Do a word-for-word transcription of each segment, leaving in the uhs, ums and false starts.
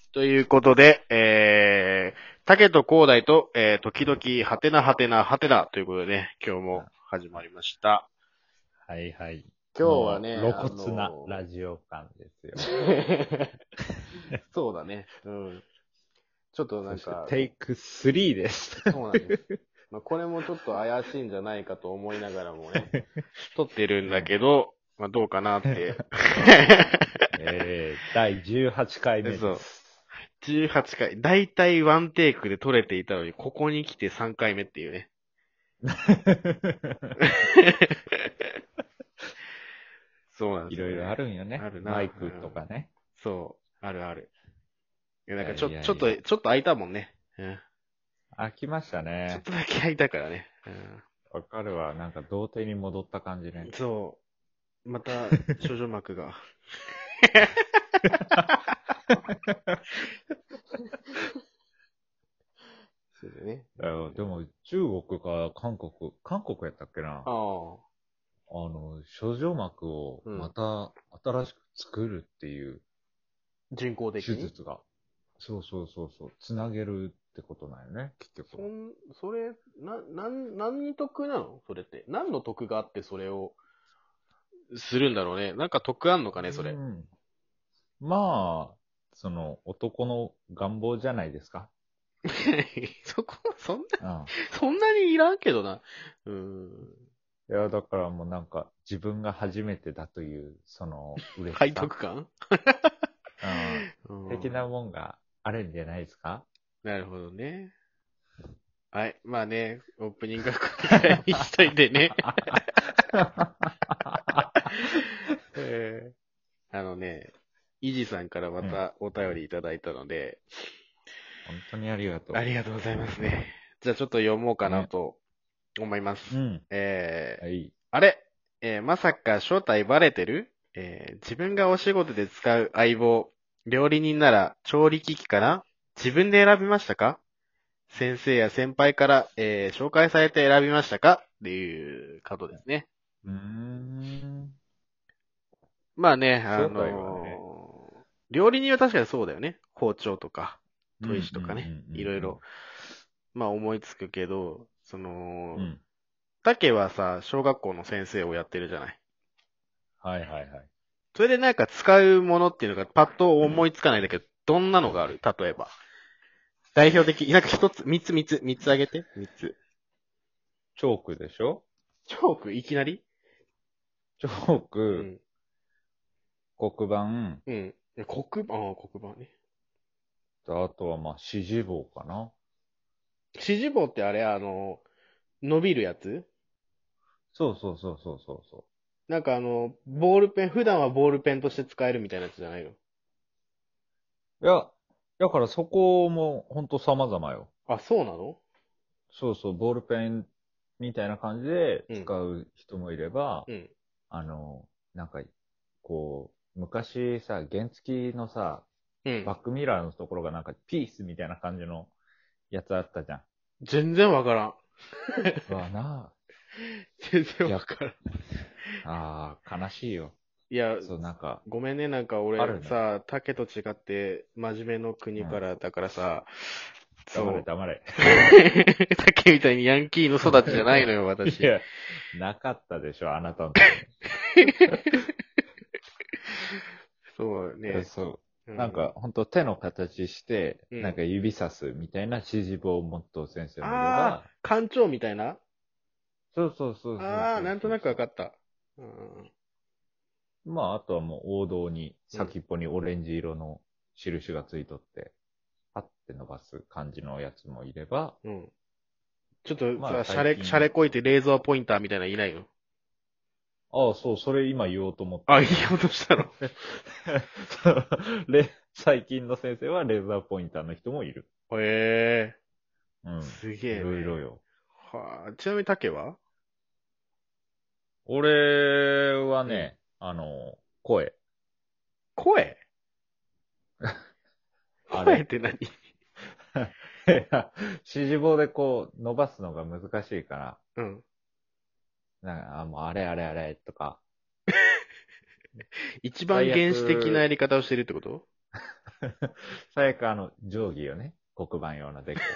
ということで、えー、竹と広大と、えー、時々、はてなはてなはてなということでね、今日も始まりました。 はいはい。 今日はね、 露骨なあのー、 ラジオ感ですよ。 そうだね。うん。ちょっとなそしてんか、 テイクスリーです。 そうなんです。まあ、これもちょっと怪しいんじゃないかと思いながらもね、撮ってるんだけど、まあ、どうかなって。 えー、だいじゅうはちかいめそう。 です。 じゅうはちかい。だいたいワンテイクで撮れていたのに、ここに来てさんかいめっていうね。そうなんですよね。 いろいろあるんよね。 あるな。 マイクとかね。 そう。あるある。いや、なんかちょ、 いやいやちょっと、 いや。 ちょっと空いたもんね。うん。 飽きましたね。 ちょっとだけ空いたからね。 わかるわ。なんか童貞に戻った感じね。 うん。そう。また、少女膜が。そうだね。 いやでも中国か韓国、韓国やったっけな。 ああ。 あの、処女膜をうん。 また新しく作るっていう人工的に手術が。そうそうそうそう。つなげるってことなんよね、結局は。 そん、それ、な、なん、何に得なのそれって。何の得があってそれをするんだろうね。なんか得あんのかね、それ。 うん。まあ、その男の願望じゃないですか。 そこ、そんな、 うん。 そんなにいらんけどな。うーん。 いや、だからもうなんか自分が初めてだという、その嬉し背さ。 徳感うん。 うん。 的なもんがあるんじゃないですか。 なるほどね。はい。まあね、オープニングはこれくらいにしといてね。えーあのね、イジさんからまうん。 たお便りいただいたので、 本当にありがとありがとうございますね。じゃあちょっと読もうかう。ね。 なと思います。 うん。 えー、 はい。 あれ、えーまさか正体バレてるえー自分がお仕事で使う相棒、料理人なら調理機器かな自分で選びましたか先生や先輩から、えー紹介されて選びましたかっていうことですね。 うーん。 まあね、あ正体はね。 のー料理人は確かにそうだよね。包丁とか、砥うんうんうん石とかね、いろいろ、まあ思いつくけど、その、 うんうん。うん。 竹はさ、小学校の先生をやってるじゃない。 はいはいはい。 それでなんか使うものっていうのがパッと思いつかないんだけど、どんなのがある例えば。代表的、なんか一つ、三つ三つ、三つあげて三つ。 チョークでしょ。 チョークいきなりチョーク、 うん。 黒板、 うん。え黒板、ああ、黒板ね。 あとはまあ指示棒かな。 指示棒ってあれ、あの、伸びるやつそうそうそうそうそうそなんかあの、ボールペン、普段はボールペンとして使えるみたいなやつじゃないのう。いや、だからそこもほんと様々よ。 あ、そうなのそうそう、ボールペンみたいな感じでうん。 使う人もいれば、 うん。 あの、なんか、こう、昔さ、原付のさ、 うん。 バックミラーのところがなんかピースみたいな感じのやつあったじゃん。 全然わからん。 うわな全ぁ。いや、 然わからん。 ああ、悲しいよ。 いや、 そう、なんか、 ごめんね、なんかあるのよ。 俺さ、竹と違って真面目の国かうん。 らだからさ、 黙れそう。 黙れ。 竹みたいにヤンキーの育ちじゃないのよ、私。 いや、なかったでしょ、あなたのとこに。 そうね。 そう。なんか、 うん。 ほんと手の形して、 うん。 なんか指さすみたいな指示棒を持っとう先生もいれああ、 ば、 館長みたいなそうそうそうそうああ、 そうなんとなくわそうそかった。うん。 う。まあ、あとはもう王道にうん。 先っぽにオレンジ色の印がついとって、パッて伸ばす感じのやつもいれば、 うん。ちょっとまあさ、シャレ、シャ最近、 レこいてレーザーポインターみたいなのいないのああ、そう、それ今言おうと思っあ、言たんよ。 おうとしたの。 そうレ最近の先生はレーザーポインターの人もいる。 へえ、 うん。 すげいえね。 ろいろよ。 はあ、ちなみに竹は俺はうん。 ね、あの、声。 声あれ声って何いや指示棒でこう伸ばすのが難しいから、 うん。 なんか、あ、もうあれあれあれとか、 一番最原始的なや悪、 り方をしてるってこと最悪あの、定規よね。黒板用のでっかい。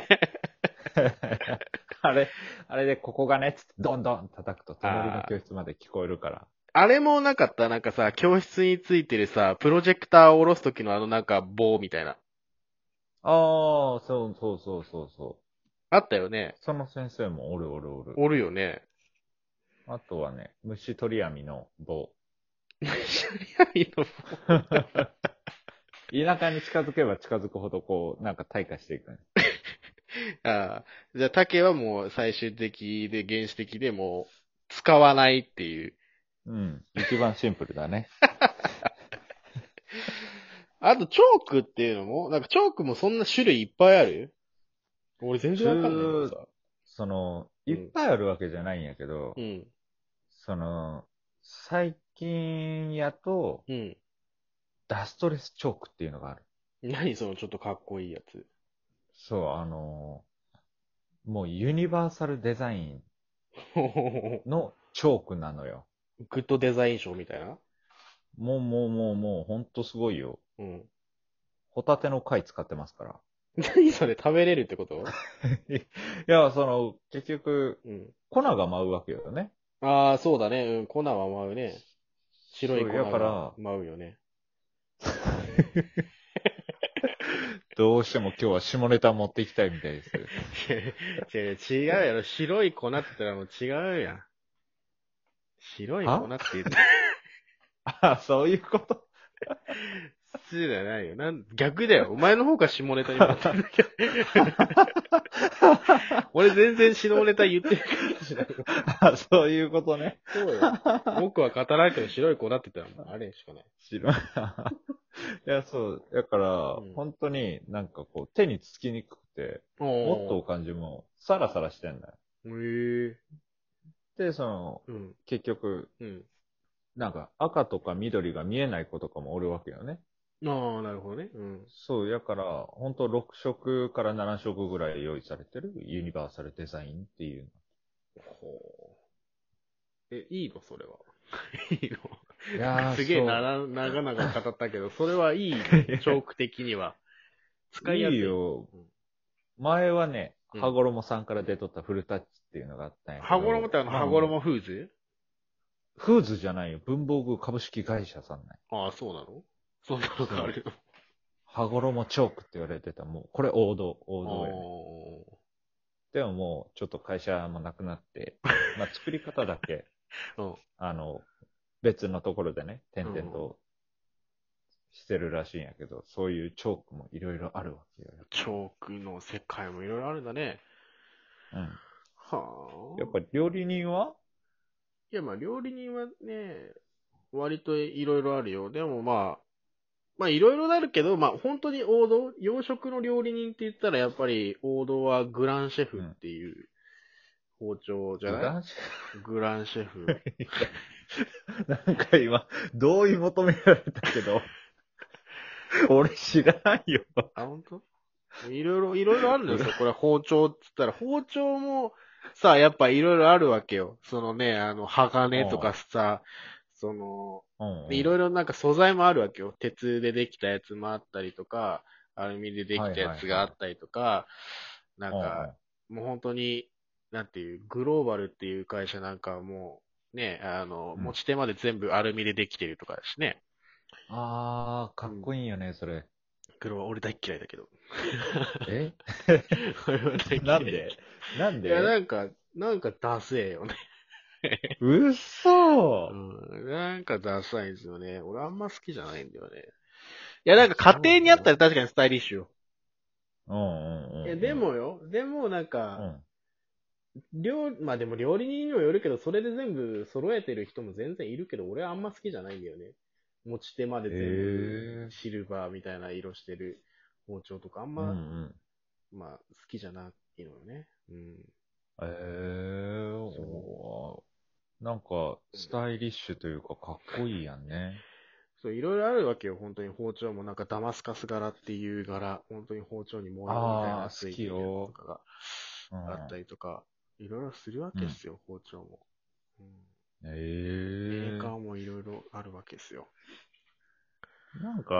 あれ、あれでここがね、つってドンドン叩くと隣の教室まで聞こえるから。 あれもなかったなんかさ、教室についてるさ、プロジェクターを下ろすときのあのなんか棒みたいな。 ああ、そうそうそうそうそう。 あったよね。 その先生もおるおるおる。 おるよね。 あとはね、虫取り網の棒。 シャリアリの田舎に近づけば近づくほどこう、なんか退化していくね。 ああ。じゃあ、竹はもう最終的で原始的でもう使わないっていう。 うん。一番シンプルだね。 あと、チョークっていうのも、なんかチョークもそんな種類いっぱいある？俺全然わかんないけど中、 さ。 その、いっうん。 ぱいあるわけじゃないんやけど、 うん。 その、最近やと、 うん。 ダストレスチョークっていうのがある。 何そのちょっとかっこいいやつ。 そう、あのもうユニバーサルデザインのチョークなのよ。 グッドデザイン賞みたいな。 もうもうもうもうほんとすごいよ。 うん。 ホタテの貝使ってますから。 何それ食べれるってこと？ いや、その、結局、 うん。 粉が舞うわけよね。 ああ、そうだね。うん。粉は舞うね。白いそう、 粉がやから、 舞うよね。 どうしても今日は下ネタ持っていきたいみたいです。 違う、違うやろ。白い粉って言ったらもう違うやん。白い粉はって言って、 あ、そういうこと。 土じゃないよ。なん、逆だよ。お前の方が下ネタに持ってるだけ。俺全然下ネタ言ってるからしないよ。 あ、そういうことね。 そうよ。僕は語られても白い粉って言ったらもうあれしかない。 知らん。いや、そう。だから、 うん。 本当になんかこう、手につきにくくて、持っとおう感じも、サラサラしてんだよ。 ー。へえ。 で、その、 うん。 結局、 うん。 なんか赤とか緑が見えない子とかもおるわけよね。 ああ、なるほどね。うん。 そう、やから、本当ろく色からなな色ぐらい用意されてるユニバーサルデザインっていう。 ほう。え、いいのそれは。いいの？ いやー、 すげえなそら、長々語ったけど、それはいいの？チョーク的には。 う。いい使いやすい。 よ。前はね、 うん。 羽衣さんから出とったフルタッチっていうのがあったんやけど、 羽衣ってあの、 まあもう、 羽衣フーズ？ フーズじゃないよ。文房具株式会社さんね。 ああ、そうなの？そんなのがあそう。 るの？ 羽衣チョークって言われてた。もう、これ王道、王道やね。 あでももう、ちょっと会社もなくなって、まあ作り方だけ、 あ。うん。 あの、別のところでね、点々 うん。 としてるらしいんやけど、そういうチョークもいろいろあるわけよ。やっチョークの世界もいろいろあるんだね。 ぱうん。やっはあ。 ぱ料理人はいや、まあ、料理人はね、割といろいろあるよ。でもまあ、まあ、いろいろなるけど、まあ、本当に王道、洋食の料理人って言ったら、やっぱり王道はグランシェフっうん。 ていう包丁じゃない？ グランシグランシェフ。 ェフなんか今、同意求められたけど、俺知らないよ。 あ、本当？いろいろ、いろいろあるんグラ、 ですよ。これ包丁って言ったら、包丁もさ、やっぱいろいろあるわけよ。そのね、あの、鋼とかさ、その、 うん、うん。 いろいろなんか素材もあるわけよ。鉄でできたやつもあったりとか、アルミでできはいたやつがあはいはい。 ったりとか、なんうんか、 うん。 もう本当に、なんていう、グローバルっていう会社なんかはもう、ね、あの、 うん。 持ち手まで全部アルミでできてるとかだしね。 あー、かっうん。 こいいよね、それ。 グローバル、俺大っ嫌いだけど。 え俺は大っなんで嫌いだけなんど。いや、なでんか、なんかダセえよね。 うっそうん。なんかダサいんですよね。俺あんま好きじゃないんだよね。いや、なんか家庭にあったら確かにスタイリッシュよ。 うんうんいや、 うんうん。 でもよ。でもなんか、 うん。 料、まあでも料理人にもよるけど、それで全部揃えてる人も全然いるけど、俺はあんま好きじゃないんだよね。持ち手までへ全部え。 シルバーみたいな色してる包丁とかあんうんうま、 ん。 まあ好きじゃないのよね。うん。 ええそおーなんか、 う。 スタイリッシュというか、かっこいいやんね。 そう、いろいろあるわけよ。本当に包丁もなんかダマスカス柄っていう柄、本当に包丁に模様みたいなああ、好のついてるやつときよ。 かがうん。 あったりとか、いろいろするわうん。 けですよ、包丁も。うん、メーカええーもいろいろあるわけですよ。 なんか、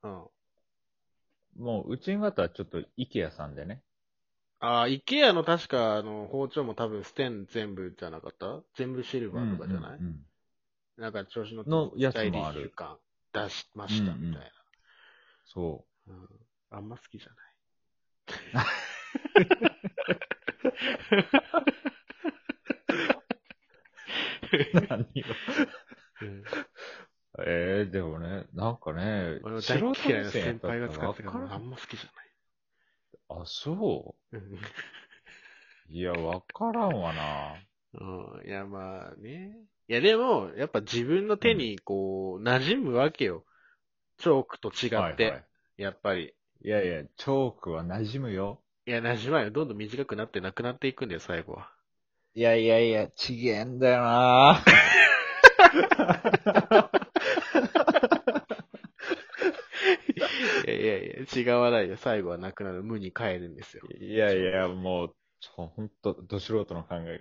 うん。 もう、うちん方はちょっと、イケアさんでね。 ああ、イケアの確か、あの、包丁も多分ステン全部じゃなかった？全部シルバーとかじゃない？ うんうんなんか調子乗っうん。 てのやスタイリッつもある。 シュ感出しまうんうした、みたいん。そな。うん。あんま好きじゃない。 う。何を。 うん。 ええー、でもね、なんかね、 俺の大素人嫌いな目線やったら先輩が使っわかる。 てたからあんま好きじゃあ、そない。うん。 ういや、わからんわな。 うん。いや、まあね。いや、でも、やっぱ自分のうん。 手にこう、馴染むわけよ。チョークと違って。 はいはい。 やっぱり。 いやいや、チョークは馴染むよ。 いや、馴染まんよ。どんどん短くなってなくなっていくんだよ、最後は。 いやいやいや、ちげえんだよな。 いやいやいや、違わないよ。最後はなくなる。無に帰るんですよ。 いやいや、もう、ちょ、ほんと、ど素人の考え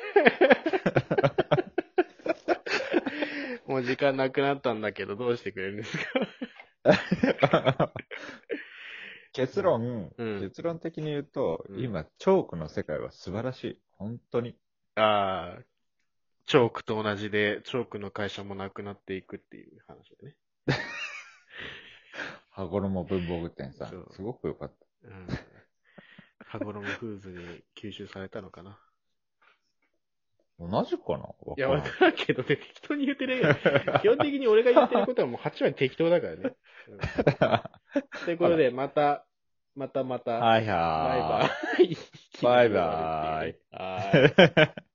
もう時間なくなったんだけど、どうしてくれるんですか？ が。結論、 うん。 結論的に言うと、 うん。 今、チョークの世界は素晴らしい。本当に。 ああ、チョークと同じで、チョークの会社もなくなっていくっていう話でね。 羽衣文房具店さん。 そう。 すごく良かった。 うん。羽衣フーズに吸収されたのかな。 同じかなわいや、 からん。 わからんけどね、適当に言ってるけど、基本的に俺が言ってることはもうはち割適当だからね。うん、ということで、また、またまた、 はいバイバはイ。 ーい。バイいきなり終わるっていうね。 バーイ。 はーい。